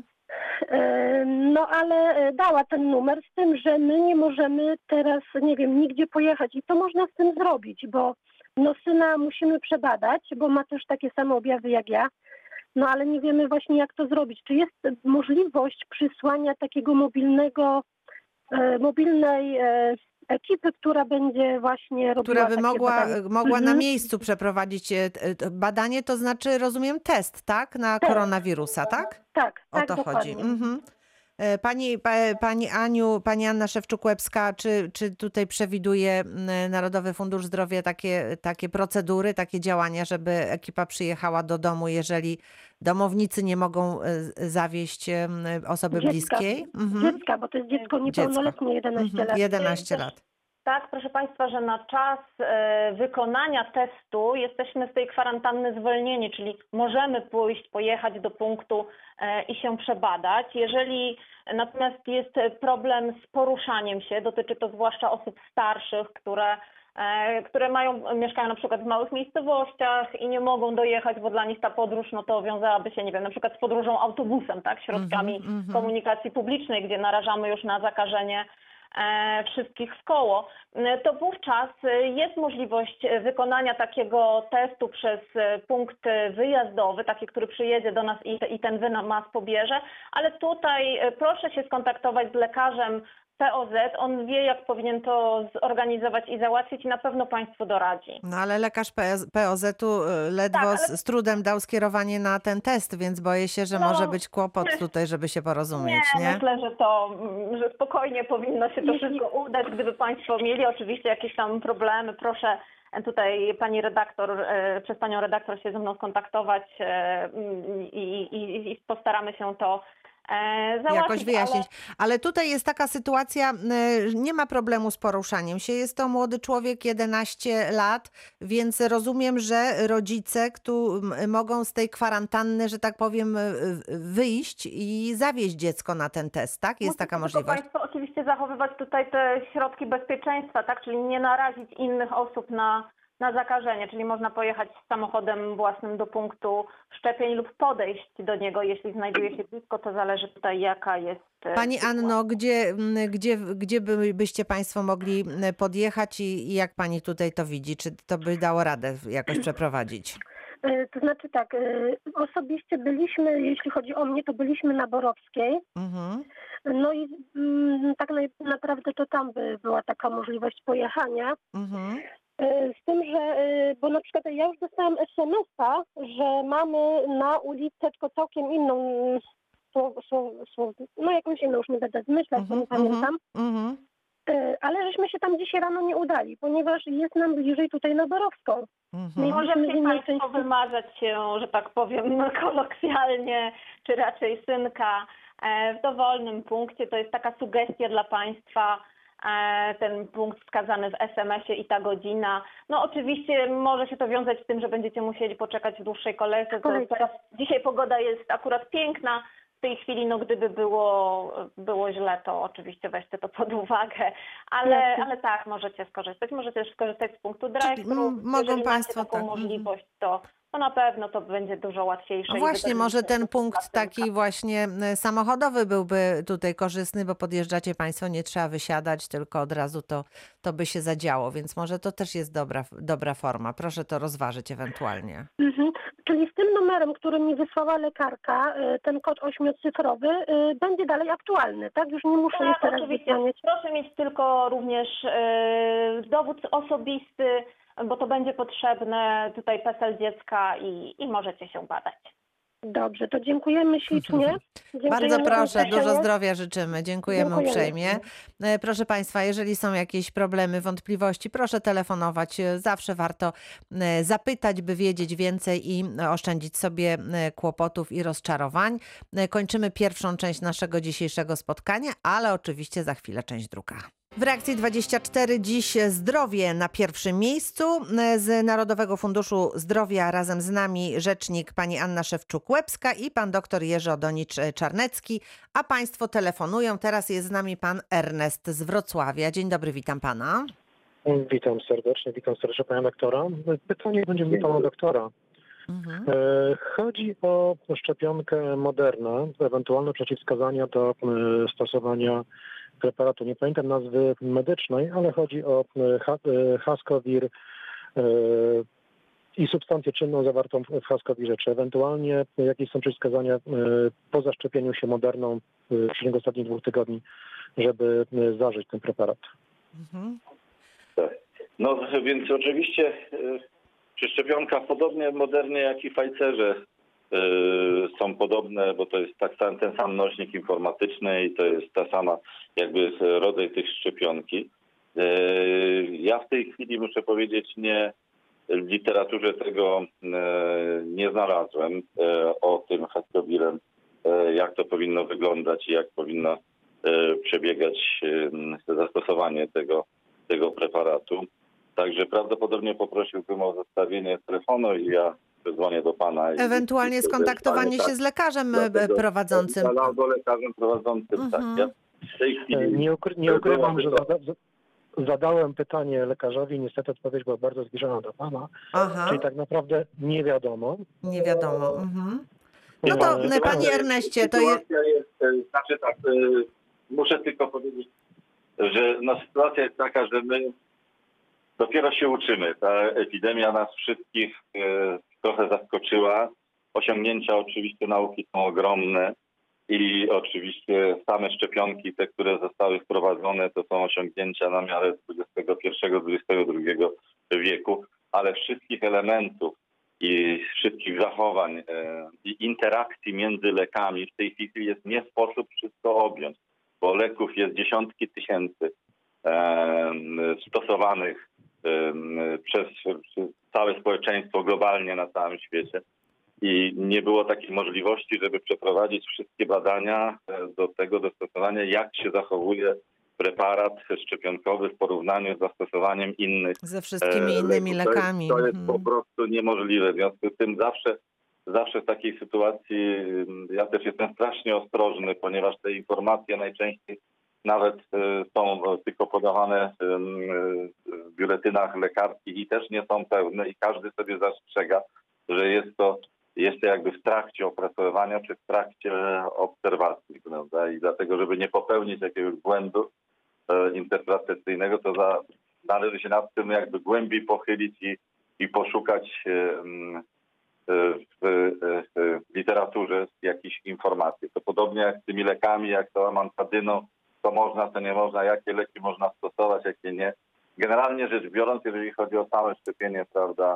E, No ale dała ten numer z tym, że my nie możemy teraz, nie wiem, nigdzie pojechać. I co można z tym zrobić? Bo no syna musimy przebadać, bo ma też takie same objawy jak ja. No ale nie wiemy właśnie, jak to zrobić. Czy jest możliwość przysłania takiego mobilnego, e, mobilnej e, ekipy, która będzie właśnie robiła Która by takie mogła, badania? mogła na Mhm. miejscu przeprowadzić e, t- badanie, to znaczy, rozumiem, test, tak? Na Test. koronawirusa, tak? Tak, O tak, to dokładnie. chodzi. Mhm. E, Pani, pa, pani Aniu, pani Anna Szewczuk-Łebska, czy, czy tutaj przewiduje m, Narodowy Fundusz Zdrowia takie, takie procedury, takie działania, żeby ekipa przyjechała do domu, jeżeli domownicy nie mogą e, zawieźć em, osoby Dziecka. bliskiej? Mhm. Dziecka, bo to jest dziecko niepełnoletnie, jedenaście Mhm. lat. jedenaście lat. Tak, proszę Państwa, że na czas e, wykonania testu jesteśmy z tej kwarantanny zwolnieni, czyli możemy pójść, pojechać do punktu e, i się przebadać. Jeżeli natomiast jest problem z poruszaniem się, dotyczy to zwłaszcza osób starszych, które, e, które mają, mieszkają na przykład w małych miejscowościach i nie mogą dojechać, bo dla nich ta podróż no to wiązałaby się, nie wiem, na przykład z podróżą autobusem, tak, środkami Mhm, mhm. komunikacji publicznej, gdzie narażamy już na zakażenie e, wszystkich w koło, e, to wówczas e, jest możliwość e, wykonania takiego testu przez e, punkt wyjazdowy, taki, który przyjedzie do nas i, i ten wynamaz pobierze, ale tutaj e, proszę się skontaktować z lekarzem P O Z, on wie, jak powinien to zorganizować i załatwić i na pewno Państwu doradzi. No ale lekarz P O Z-u ledwo Tak, ale- z, z trudem dał skierowanie na ten test, więc boję się, że No, może być kłopot my- tutaj, żeby się porozumieć, Nie, nie? myślę, że to, że spokojnie powinno się to wszystko udać. Gdyby Państwo mieli oczywiście jakieś tam problemy, proszę tutaj pani redaktor, e, przez panią redaktor się ze mną skontaktować e, i, i, i postaramy się to e, załatwić. Jakoś wyjaśnić. Ale... Ale tutaj jest taka sytuacja, y, nie ma problemu z poruszaniem się. Jest to młody człowiek, jedenaście lat, więc rozumiem, że rodzice, którzy mogą z tej kwarantanny, że tak powiem, y, wyjść i zawieźć dziecko na ten test, tak? Jest taka Musicie tylko możliwość. Państwo oczywiście zachowywać tutaj te środki bezpieczeństwa, tak? Czyli nie narazić innych osób na, na zakażenie, czyli można pojechać samochodem własnym do punktu szczepień lub podejść do niego, jeśli znajduje się blisko, to zależy tutaj jaka jest... e, Pani sytuacja. Anno, gdzie, m, gdzie, gdzie by, byście Państwo mogli m, podjechać i, i jak Pani tutaj to widzi? Czy to by dało radę jakoś przeprowadzić? E, To znaczy tak, e, osobiście byliśmy, jeśli chodzi o mnie, to byliśmy na Borowskiej. Mhm. No i mm, tak na- naprawdę to tam by była taka możliwość pojechania. Mhm. E, Z tym, że, e, bo na przykład ja już dostałam es em es a, że mamy na ulicy tylko całkiem inną, mm, słowo, słowo, słowo, no jakąś inną, już nie będę zmyślać, bo nie pamiętam. Mhm. E, Ale żeśmy się tam dzisiaj rano nie udali, ponieważ jest nam bliżej tutaj na Borowską. Mhm. No i Możecie byśmy z innej Państwo części- wymazać się, że tak powiem, kolokwialnie, czy raczej synka e, w dowolnym punkcie. To jest taka sugestia dla Państwa, e, ten punkt wskazany w es em es ie i ta godzina. No oczywiście może się to wiązać z tym, że będziecie musieli poczekać w dłuższej kolejce. To Kolejce. teraz, dzisiaj pogoda jest akurat piękna. W tej chwili, no gdyby było, było źle, to oczywiście weźcie to pod uwagę, ale, Jasne. ale tak, możecie skorzystać. Możecie też skorzystać z punktu Czyli, drive-thru. mm, mogą Jeżeli państwo, macie taką tak, mhm. możliwość, to, to na pewno to będzie dużo łatwiejsze. No i właśnie, wygodniejsze może ten dla punkt synka. taki właśnie y, samochodowy byłby tutaj korzystny, bo podjeżdżacie Państwo, nie trzeba wysiadać, tylko od razu to, to by się zadziało, więc może to też jest dobra, dobra forma. Proszę to rozważyć ewentualnie. Mhm. Czyli z tym numerem, który mi wysłała lekarka, y, ten kod ośmiocyfrowy, y, będzie dalej aktualny, tak? Już nie muszę Tak, jeszcze raz oczywiście. wydzwaniać. Proszę mieć tylko również e, dowód osobisty, bo to będzie potrzebne, tutaj PESEL dziecka i, i możecie się badać. Dobrze, to dziękujemy ślicznie. Dziękujemy Bardzo za proszę, zaproszenie. dużo zdrowia życzymy. Dziękujemy, Dziękujemy. uprzejmie. E, Proszę Państwa, jeżeli są jakieś problemy, wątpliwości, proszę telefonować. E, Zawsze warto e, zapytać, by wiedzieć więcej i e, oszczędzić sobie e, kłopotów i rozczarowań. E, Kończymy pierwszą część naszego dzisiejszego spotkania, ale oczywiście za chwilę część druga. W Reakcji dwadzieścia cztery dziś zdrowie na pierwszym miejscu. Z Narodowego Funduszu Zdrowia razem z nami rzecznik pani Anna Szewczuk-Łebska i pan dr Jerzy Odonicz-Czarnecki. A Państwo telefonują. Teraz jest z nami pan Ernest z Wrocławia. Dzień dobry, witam pana. Witam serdecznie, witam serdecznie pana doktora. Pytanie będzie do pana doktora. Mhm. E, Chodzi o szczepionkę Moderna, ewentualne przeciwwskazania do e, stosowania preparatu. Nie pamiętam nazwy medycznej, ale chodzi o e, ha- e, Hascovir e, i substancję czynną zawartą w Hascowirze. Czy ewentualnie jakieś są przeciwwskazania e, po zaszczepieniu się Moderną e, w przeciągu ostatnich dwóch tygodni, żeby e, zażyć ten preparat? Mhm. Tak. No więc oczywiście y, szczepionka podobnie Modernie jak i Pfizerze y, są podobne, bo to jest tak sam, ten sam nośnik informatyczny i to jest ta sama jakby rodzaj tych szczepionki. Y, ja w tej chwili muszę powiedzieć, nie w literaturze tego y, nie znalazłem y, o tym Hascovirem, y, jak to powinno wyglądać i jak powinno y, przebiegać y, zastosowanie tego tego preparatu. Także prawdopodobnie poprosiłbym o zostawienie telefonu i ja dzwonię do pana. i- Ewentualnie i- skontaktowanie tak, się z lekarzem e, dlatego- prowadzącym. Albo lekarzem prowadzącym, Mhm. tak. Ja w tej E, chwili Nie, ukry- nie ukrywam, że byłoby to- zada- z- zadałem pytanie lekarzowi, niestety odpowiedź była bardzo zbliżona do pana, Aha, czyli tak naprawdę nie wiadomo. nie wiadomo. Mhm. No to E, e, panie Erneście, to je... Sytuacja jest, e, znaczy tak, e, muszę tylko powiedzieć, że no, sytuacja jest taka, że my dopiero się uczymy. Ta epidemia nas wszystkich e, trochę zaskoczyła. Osiągnięcia oczywiście nauki są ogromne. I oczywiście same szczepionki, te, które zostały wprowadzone, to są osiągnięcia na miarę dwudziestego pierwszego dwudziestego drugiego wieku, ale wszystkich elementów i wszystkich zachowań e, i interakcji między lekami w tej chwili jest nie sposób wszystko objąć, bo leków jest dziesiątki tysięcy e, stosowanych e, przez, przez całe społeczeństwo globalnie na całym świecie. I nie było takiej możliwości, żeby przeprowadzić wszystkie badania do tego dostosowania, jak się zachowuje preparat szczepionkowy w porównaniu z zastosowaniem innych ze wszystkimi innymi leków. lekami. To jest, to jest Mhm. po prostu niemożliwe. W związku z tym zawsze, zawsze w takiej sytuacji ja też jestem strasznie ostrożny, ponieważ te informacje najczęściej nawet są tylko podawane w biuletynach lekarskich i też nie są pełne i każdy sobie zastrzega, że jest to jeszcze jakby w trakcie opracowywania czy w trakcie obserwacji, prawda? I dlatego, żeby nie popełnić jakiegoś błędu e, interpretacyjnego, to za, należy się nad tym jakby głębiej pochylić i, i poszukać e, e, w, e, w literaturze jakichś informacji. To podobnie jak z tymi lekami, jak to amantadyną, co można, co nie można, jakie leki można stosować, jakie nie. Generalnie rzecz biorąc, jeżeli chodzi o same szczepienie, prawda,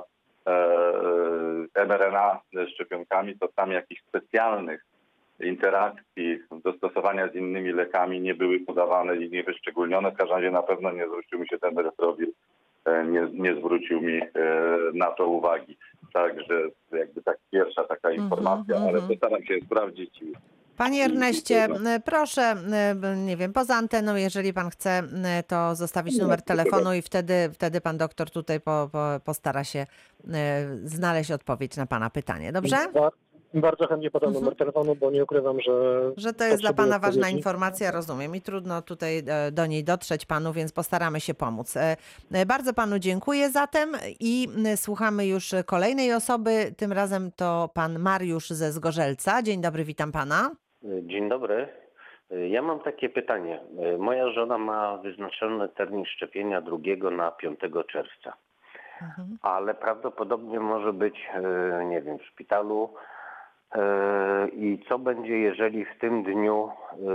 em er en a szczepionkami, to tam jakichś specjalnych interakcji, dostosowania z innymi lekami nie były podawane i nie wyszczególnione. W każdym razie na pewno nie zwrócił mi się ten retrowir, nie, nie zwrócił mi na to uwagi. Także jakby tak pierwsza taka informacja, mm-hmm. ale postaram się sprawdzić. I, Panie Erneście, proszę, nie wiem, poza anteną, jeżeli pan chce, to zostawić numer telefonu i wtedy, wtedy pan doktor tutaj po, po, postara się znaleźć odpowiedź na pana pytanie. Dobrze? Bardzo chętnie podam mhm. numer telefonu, bo nie ukrywam, że... Że to jest dla pana ważna informacja, rozumiem. I trudno tutaj do niej dotrzeć panu, więc postaramy się pomóc. Bardzo panu dziękuję zatem i słuchamy już kolejnej osoby. Tym razem to pan Mariusz ze Zgorzelca. Dzień dobry, witam pana. Dzień dobry. Ja mam takie pytanie. Moja żona ma wyznaczony termin szczepienia drugiego na piątego czerwca. Mhm. Ale prawdopodobnie może być, nie wiem, w szpitalu. I co będzie, jeżeli w tym dniu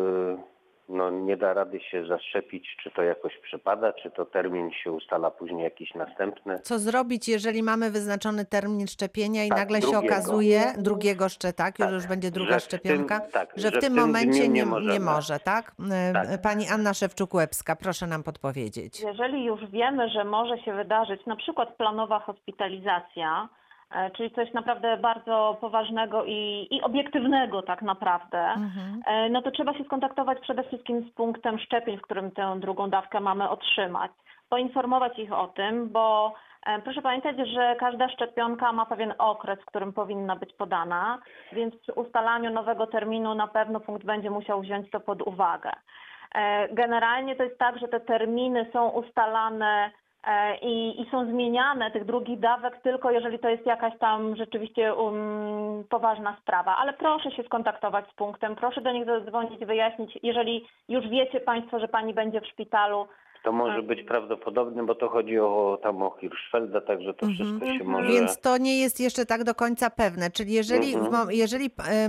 no, nie da rady się zaszczepić? Czy to jakoś przepada, czy to termin się ustala później jakiś następny? Co zrobić, jeżeli mamy wyznaczony termin szczepienia i tak, nagle drugiego. się okazuje, drugiego jeszcze, tak, już, tak, już będzie druga że szczepionka, tym, tak, że w że tym w tym momencie nie, nie, nie może, tak? tak? Pani Anna Szewczuk-Łebska, proszę nam podpowiedzieć. Jeżeli już wiemy, że może się wydarzyć na przykład planowa hospitalizacja, czyli coś naprawdę bardzo poważnego i, i obiektywnego tak naprawdę, mhm. no to trzeba się skontaktować przede wszystkim z punktem szczepień, w którym tę drugą dawkę mamy otrzymać. Poinformować ich o tym, bo proszę pamiętać, że każda szczepionka ma pewien okres, w którym powinna być podana, więc przy ustalaniu nowego terminu na pewno punkt będzie musiał wziąć to pod uwagę. Generalnie to jest tak, że te terminy są ustalane I, i są zmieniane tych drugich dawek tylko jeżeli to jest jakaś tam rzeczywiście um, poważna sprawa. Ale proszę się skontaktować z punktem, proszę do nich zadzwonić, wyjaśnić. Jeżeli już wiecie Państwo, że Pani będzie w szpitalu. To może być prawdopodobne, bo to chodzi o tam o Hirschfelda, także to wszystko mhm. się może... Więc to nie jest jeszcze tak do końca pewne. Czyli jeżeli, mhm. w, jeżeli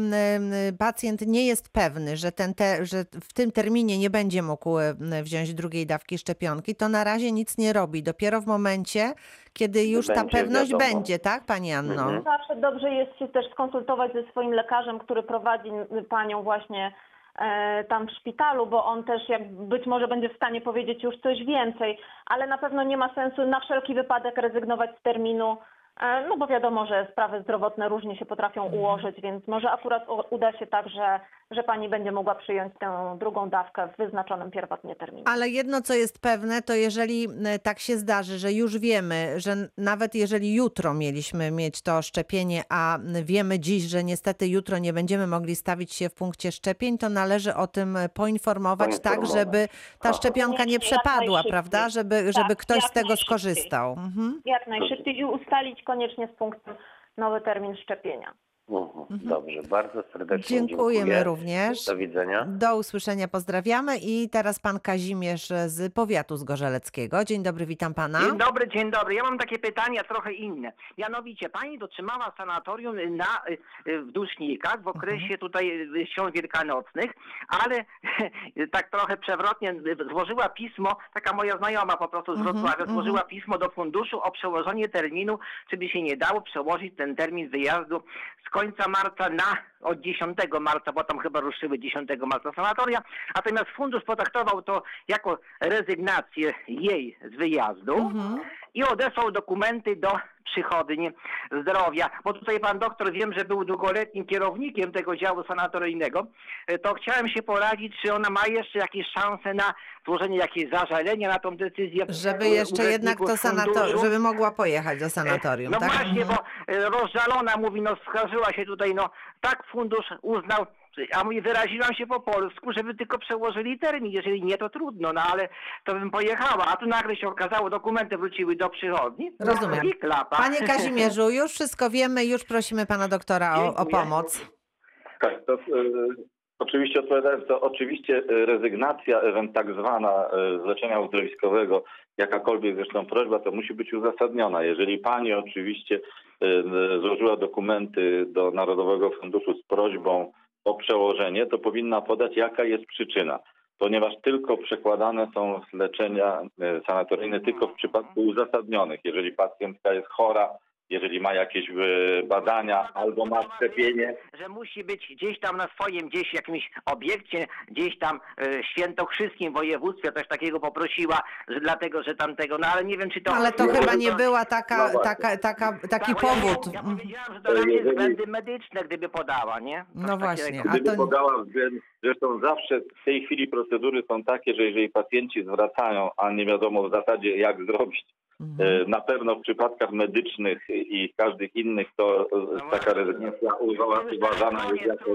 pacjent nie jest pewny, że, ten te, że w tym terminie nie będzie mógł wziąć drugiej dawki szczepionki, to na razie nic nie robi. Dopiero w momencie, kiedy już będzie, ta pewność wiadomo. będzie, tak Pani Anno? Mhm. Zawsze dobrze jest się też skonsultować ze swoim lekarzem, który prowadzi Panią właśnie tam w szpitalu, bo on też jak być może będzie w stanie powiedzieć już coś więcej, ale na pewno nie ma sensu na wszelki wypadek rezygnować z terminu, no bo wiadomo, że sprawy zdrowotne różnie się potrafią ułożyć, więc może akurat uda się tak, że, że Pani będzie mogła przyjąć tę drugą dawkę w wyznaczonym pierwotnie terminie. Ale jedno, co jest pewne, to jeżeli tak się zdarzy, że już wiemy, że nawet jeżeli jutro mieliśmy mieć to szczepienie, a wiemy dziś, że niestety jutro nie będziemy mogli stawić się w punkcie szczepień, to należy o tym poinformować, poinformować. tak, żeby ta szczepionka nie przepadła, prawda? Żeby, tak, żeby ktoś z tego skorzystał. Mhm. Jak najszybciej i ustalić koniecznie z punktem nowy termin szczepienia. Mhm. Dobrze, bardzo serdecznie Dziękujemy dziękuję. również. Do widzenia. Do usłyszenia, pozdrawiamy. I teraz pan Kazimierz z powiatu zgorzeleckiego. Dzień dobry, witam pana. Dzień dobry, dzień dobry. Ja mam takie pytania trochę inne. Mianowicie pani dotrzymała sanatorium na, w Dusznikach w okresie tutaj świąt wielkanocnych, ale tak trochę przewrotnie złożyła pismo, taka moja znajoma po prostu z Wrocławia, złożyła pismo do funduszu o przełożenie terminu, czy by się nie dało przełożyć ten termin wyjazdu z końca marca na od dziesiątego marca, bo tam chyba ruszyły dziesiątego marca sanatoria, natomiast fundusz potraktował to jako rezygnację jej z wyjazdu mhm. i odesłał dokumenty do przychodni zdrowia. Bo tutaj pan doktor, wiem, że był długoletnim kierownikiem tego działu sanatoryjnego, to chciałem się poradzić, czy ona ma jeszcze jakieś szanse na złożenie jakiegoś zażalenia na tą decyzję. Żeby jeszcze jednak to sanatorium, żeby mogła pojechać do sanatorium, No tak? właśnie, Mhm. bo rozżalona mówi, no skarżyła się tutaj, no tak fundusz uznał, a mówi, wyraziłam się po polsku, żeby tylko przełożyli termin, jeżeli nie, to trudno, no ale to bym pojechała, a tu nagle się okazało, dokumenty wróciły do przychodni. Rozumiem. I klapa. Panie Kazimierzu, już wszystko wiemy, już prosimy pana doktora o, o pomoc. Tak, to, y, oczywiście odpowiadając, to oczywiście rezygnacja, ewent tak zwana z leczenia uzdrowiskowego, jakakolwiek zresztą prośba, to musi być uzasadniona. Jeżeli pani oczywiście y, złożyła dokumenty do Narodowego Funduszu z prośbą o przełożenie, to powinna podać, jaka jest przyczyna. Ponieważ tylko przekładane są leczenia sanatoryjne tylko w przypadku uzasadnionych. Jeżeli pacjentka jest chora, jeżeli ma jakieś badania albo ma szczepienie. Że musi być gdzieś tam na swoim, gdzieś jakimś obiekcie, gdzieś tam e, świętokrzyskim województwie, coś takiego poprosiła, że dlatego, że tamtego, no ale nie wiem, czy to... Ale to no, chyba to, nie była taka, no taka, taka, taki tak, powód. Ja, ja powiedziałam, że to raczej względy medyczne, gdyby podała, nie? Coś No właśnie. takiego. A Gdyby to... podała względ, zresztą zawsze w tej chwili procedury są takie, że jeżeli pacjenci zwracają, a nie wiadomo w zasadzie jak zrobić, mhm. na pewno w przypadkach medycznych i każdych innych to no taka rezygnacja uważana jest jako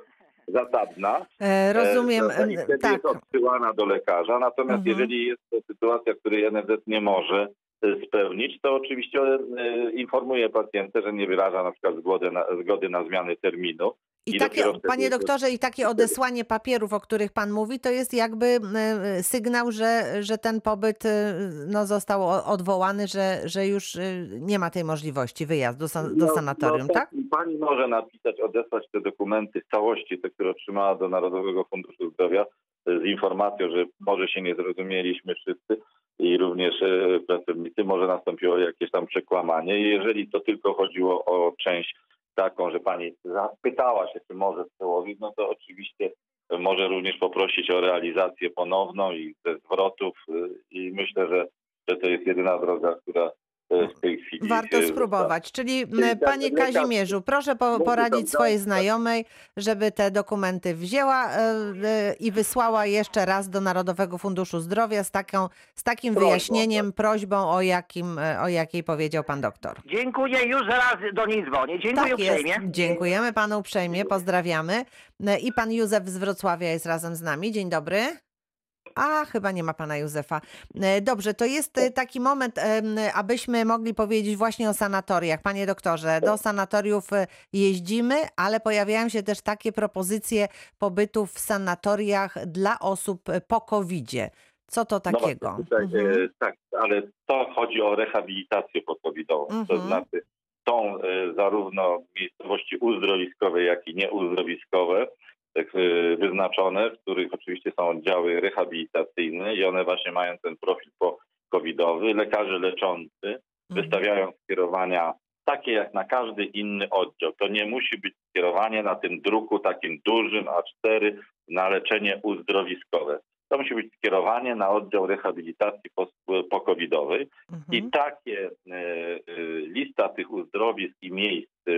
zasadna. E, rozumiem, I wtedy tak. jest odsyłana do lekarza. Natomiast Mhm. jeżeli jest to sytuacja, której N F Z nie może spełnić, to oczywiście informuje pacjentę, że nie wyraża na przykład zgody na, zgody na zmianę terminu. I I takie, dopiero panie wtedy- doktorze, i takie odesłanie papierów, o których pan mówi, to jest jakby e, sygnał, że, że ten pobyt e, no, został o- odwołany, że, że już e, nie ma tej możliwości wyjazdu san, do No, sanatorium, no, tak? Pani może napisać, odesłać te dokumenty w całości, te, które otrzymała do Narodowego Funduszu Zdrowia, z informacją, że może się nie zrozumieliśmy wszyscy i również e, pracownicy, może nastąpiło jakieś tam przekłamanie. I jeżeli to tylko chodziło o część taką, że pani zapytała się, czy może przełożyć, no to oczywiście może również poprosić o realizację ponowną i ze zwrotów i myślę, że, że to jest jedyna droga, która w tej chwili... Warto spróbować. Czyli m, panie Kazimierzu, proszę po, poradzić swojej znajomej, żeby te dokumenty wzięła e, e, i wysłała jeszcze raz do Narodowego Funduszu Zdrowia z, taką, z takim Prośbą, wyjaśnieniem, prośbą, o, jakim, e, o jakiej powiedział pan doktor. Dziękuję, już zaraz do niej dzwonię. Dziękuję Tak jest. uprzejmie. Dziękujemy panu uprzejmie, pozdrawiamy. E, I pan Józef z Wrocławia jest razem z nami. Dzień dobry. A, chyba nie ma pana Józefa. E, Dobrze, to jest e, taki moment, em, abyśmy mogli powiedzieć właśnie o sanatoriach. Panie doktorze, do sanatoriów e, jeździmy, ale pojawiają się też takie propozycje pobytów w sanatoriach dla osób e, po kowidzie. Co to No takiego? właśnie, tutaj, Mhm. e, tak, ale to chodzi o rehabilitację podcovidową. To Mhm. znaczy są e, zarówno miejscowości uzdrowiskowe, jak i nieuzdrowiskowe, tak, e, wyznaczone, w których oczywiście są oddziały rehabilitacyjne i one właśnie mają ten profil po-covidowy. Lekarze leczący wystawiają skierowania takie jak na każdy inny oddział. To nie musi być skierowanie na tym druku takim dużym A cztery na leczenie uzdrowiskowe. To musi być skierowanie na oddział rehabilitacji po-covidowej Mhm. i takie e, e, lista tych uzdrowisk i miejsc, e,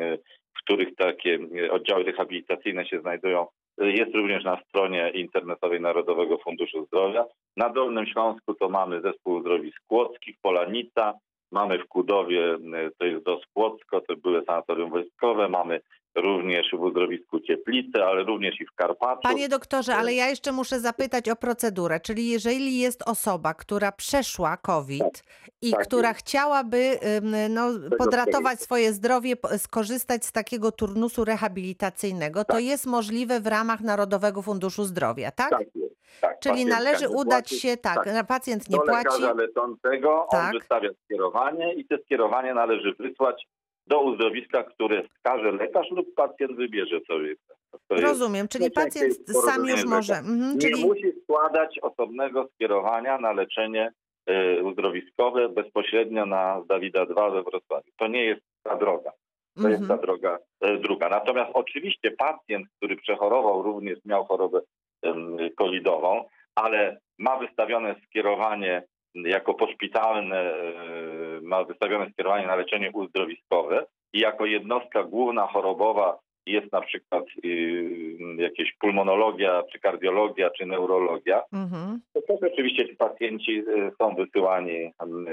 w których takie oddziały rehabilitacyjne się znajdują, jest również na stronie internetowej Narodowego Funduszu Zdrowia. Na Dolnym Śląsku to mamy zespół uzdrowisk kłodzkich, Polanica, mamy w Kudowie, to jest Dos Kłodzko, to były sanatorium wojskowe, mamy również w uzdrowisku Cieplice, ale również i w Karpaczu. Panie doktorze, ale ja jeszcze muszę zapytać o procedurę, czyli jeżeli jest osoba, która przeszła COVID tak, i tak która jest. chciałaby no, podratować swoje zdrowie, skorzystać z takiego turnusu rehabilitacyjnego, tak. to jest możliwe w ramach Narodowego Funduszu Zdrowia, tak? Tak jest. Tak, czyli należy udać płaci, się, tak, tak, pacjent nie do płaci. lekarza leczącego, tak. on wystawia skierowanie i te skierowanie należy wysłać do uzdrowiska, które wskaże lekarz lub pacjent wybierze sobie. Rozumiem, jest, czyli pacjent sam już może. Mhm, nie czyli... musi składać osobnego skierowania na leczenie y, uzdrowiskowe bezpośrednio na Dawida dwa we Wrocławiu. To nie jest ta droga. To mhm. jest ta droga y, druga. Natomiast oczywiście pacjent, który przechorował, również miał chorobę y, covidową, ale ma wystawione skierowanie jako poszpitalne, ma wystawione skierowanie na leczenie uzdrowiskowe i jako jednostka główna chorobowa jest na przykład jakieś pulmonologia, czy kardiologia, czy neurologia, mm-hmm. to też oczywiście ci pacjenci są wysyłani,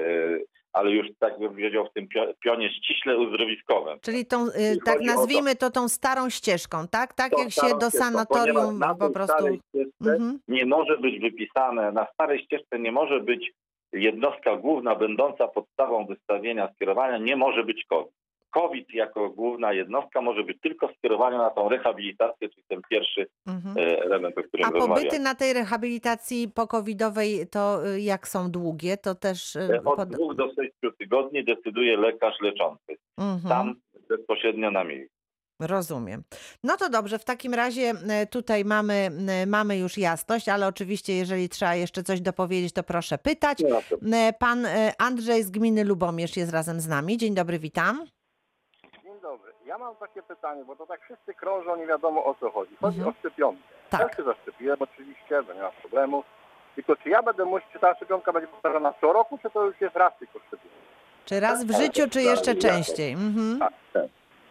ale już tak bym powiedział w tym pionie ściśle uzdrowiskowym. Czyli tą, tak nazwijmy to, to tą starą ścieżką, tak? Tak jak się do sanatorium na po prostu... starej ścieżce mm-hmm. nie może być wypisane, na starej ścieżce nie może być jednostka główna będąca podstawą wystawienia skierowania, nie może być COVID. COVID jako główna jednostka może być tylko skierowana na tą rehabilitację, czyli ten pierwszy mhm. element, o którym rozmawiamy. A pobyty na tej rehabilitacji pokowidowej to jak są długie? To też... Od pod... dwóch do sześciu tygodni decyduje lekarz leczący. Mhm. Tam bezpośrednio na miejscu. Rozumiem. No to dobrze, w takim razie tutaj mamy, mamy już jasność, ale oczywiście jeżeli trzeba jeszcze coś dopowiedzieć, to proszę pytać. Pan Andrzej z gminy Lubomierz jest razem z nami. Dzień dobry, witam. Dzień dobry. Ja mam takie pytanie, bo to tak wszyscy krążą, nie wiadomo o co chodzi. Chodzi mhm. o szczepionkę. Tak. Ja się zaszczepiłem oczywiście, bo nie ma problemu. Tylko czy ja będę musiał, czy ta szczepionka będzie powtarzana co roku, czy to już jest raz tylko szczepienie? Czy raz w życiu, czy jeszcze częściej? Mhm. Tak, tak.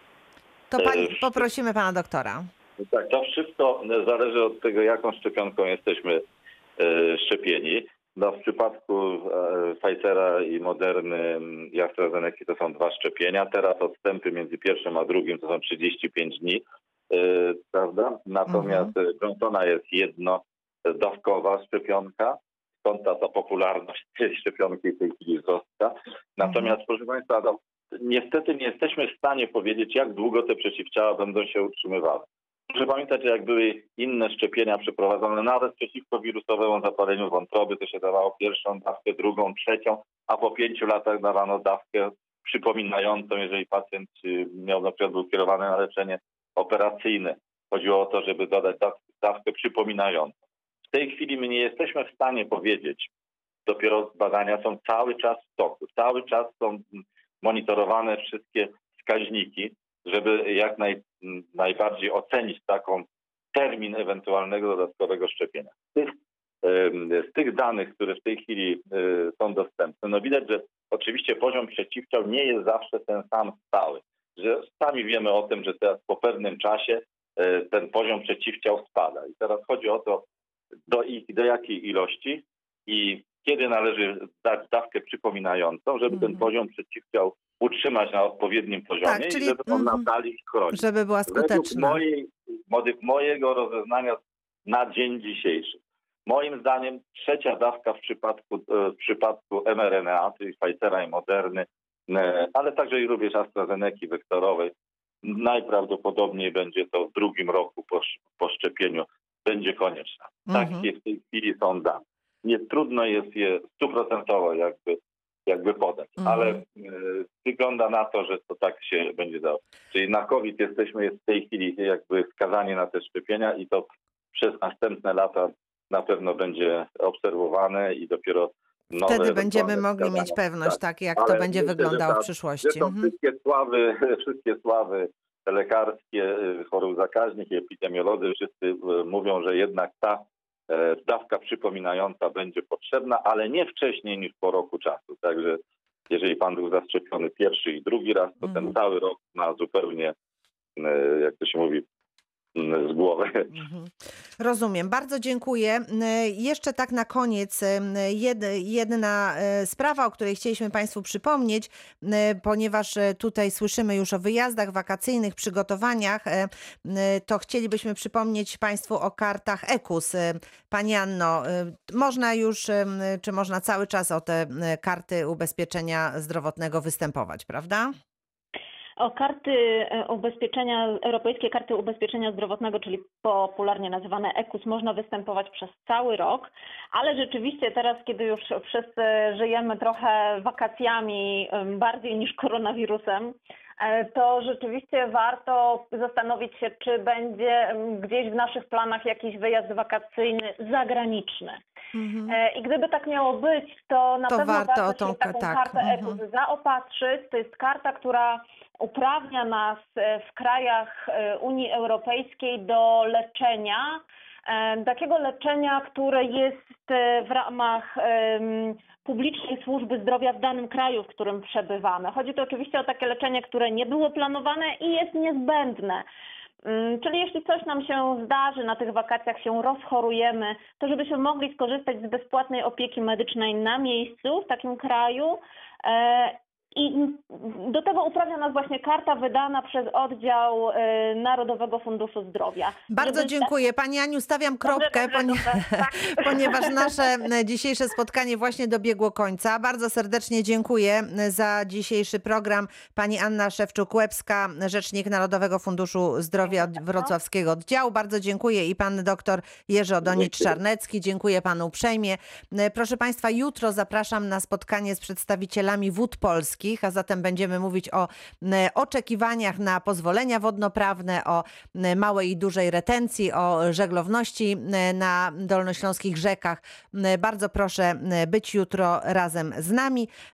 To pani, poprosimy pana doktora. Tak, to wszystko zależy od tego, jaką szczepionką jesteśmy e, szczepieni. No, w przypadku e, Pfizera i Moderny i AstraZeneca to są dwa szczepienia. Teraz odstępy między pierwszym a drugim to są trzydzieści pięć dni, e, prawda? Natomiast mhm. Johnsona jest jednodawkowa szczepionka. Stąd ta, ta popularność tej szczepionki w tej chwili wzrasta. Natomiast mhm. proszę państwa, no, niestety nie jesteśmy w stanie powiedzieć, jak długo te przeciwciała będą się utrzymywały. Proszę pamiętać, że jak były inne szczepienia przeprowadzone, nawet przeciwko wirusowemu zapaleniu wątroby, to się dawało pierwszą dawkę, drugą, trzecią, a po pięciu latach dawano dawkę przypominającą, jeżeli pacjent miał na przykład był kierowany na leczenie operacyjne. Chodziło o to, żeby dodać dawkę przypominającą. W tej chwili my nie jesteśmy w stanie powiedzieć, dopiero badania są cały czas w toku, cały czas są monitorowane wszystkie wskaźniki, żeby jak naj, najbardziej ocenić taką termin ewentualnego dodatkowego szczepienia. Z tych, z tych danych, które w tej chwili są dostępne, no widać, że oczywiście poziom przeciwciał nie jest zawsze ten sam stały. Że sami wiemy o tym, że teraz po pewnym czasie ten poziom przeciwciał spada. I teraz chodzi o to, do, ich, do jakiej ilości i kiedy należy dać dawkę przypominającą, żeby ten poziom przeciwciał utrzymać na odpowiednim poziomie tak, czyli, i żeby on mm, nadal chronić. Żeby była skuteczna. Według mojej, według mojego rozeznania na dzień dzisiejszy. Moim zdaniem trzecia dawka w przypadku, w przypadku M R N A, czyli Pfizera i Moderny, ale także i również AstraZeneca wektorowej, najprawdopodobniej będzie to w drugim roku po, po szczepieniu będzie konieczna. Mm-hmm. Takie w tej chwili są dane. Nie trudno jest je stuprocentowo jakby, jakby podać, mm-hmm. ale y, wygląda na to, że to tak się będzie dało. Czyli na COVID jesteśmy w tej chwili jakby skazani na te szczepienia i to przez następne lata na pewno będzie obserwowane i dopiero nowe... Wtedy będziemy mogli skazania. mieć pewność, tak, tak jak ale to będzie myślę, wyglądało ta, w przyszłości. Że to mm-hmm. wszystkie sławy, wszystkie sławy lekarskie, chorób zakaźnych i epidemiolodzy wszyscy mówią, że jednak ta dawka przypominająca będzie potrzebna, ale nie wcześniej niż po roku czasu. Także jeżeli pan był zaszczepiony pierwszy i drugi raz, to mm. ten cały rok ma zupełnie, jak to się mówi, z głowy. Mhm. Rozumiem. Bardzo dziękuję. Jeszcze tak na koniec jedna sprawa, o której chcieliśmy Państwu przypomnieć, ponieważ tutaj słyszymy już o wyjazdach wakacyjnych, przygotowaniach, to chcielibyśmy przypomnieć Państwu o kartach E K U S. Pani Anno, można już, czy można cały czas o te karty ubezpieczenia zdrowotnego występować, prawda? O karty ubezpieczenia, europejskie karty ubezpieczenia zdrowotnego, czyli popularnie nazywane E K U S, można występować przez cały rok, ale rzeczywiście teraz, kiedy już wszyscy żyjemy trochę wakacjami bardziej niż koronawirusem, to rzeczywiście warto zastanowić się, czy będzie gdzieś w naszych planach jakiś wyjazd wakacyjny zagraniczny. Mhm. I gdyby tak miało być, to na to pewno warto warto o tą się taką tak. kartę E K U S mhm. zaopatrzyć. To jest karta, która uprawnia nas w krajach Unii Europejskiej do leczenia, takiego leczenia, które jest w ramach publicznej służby zdrowia w danym kraju, w którym przebywamy. Chodzi tu oczywiście o takie leczenie, które nie było planowane i jest niezbędne. Czyli jeśli coś nam się zdarzy, na tych wakacjach się rozchorujemy, to żebyśmy mogli skorzystać z bezpłatnej opieki medycznej na miejscu w takim kraju. I do tego uprawnia nas właśnie karta wydana przez oddział Narodowego Funduszu Zdrowia. Bardzo Żeby... dziękuję. Pani Aniu, stawiam kropkę, dobrze, dobrze, ponie... dobrze, tak. ponieważ nasze dzisiejsze spotkanie właśnie dobiegło końca. Bardzo serdecznie dziękuję za dzisiejszy program. Pani Anna Szewczuk-Łebska, rzecznik Narodowego Funduszu Zdrowia Wrocławskiego Oddziału. Bardzo dziękuję i pan doktor Jerzy Odonicz-Czarnecki. Dziękuję panu uprzejmie. Proszę Państwa, jutro zapraszam na spotkanie z przedstawicielami Wód Polskich, a zatem będziemy mówić o oczekiwaniach na pozwolenia wodnoprawne, o małej i dużej retencji, o żeglowności na dolnośląskich rzekach. Bardzo proszę być jutro razem z nami.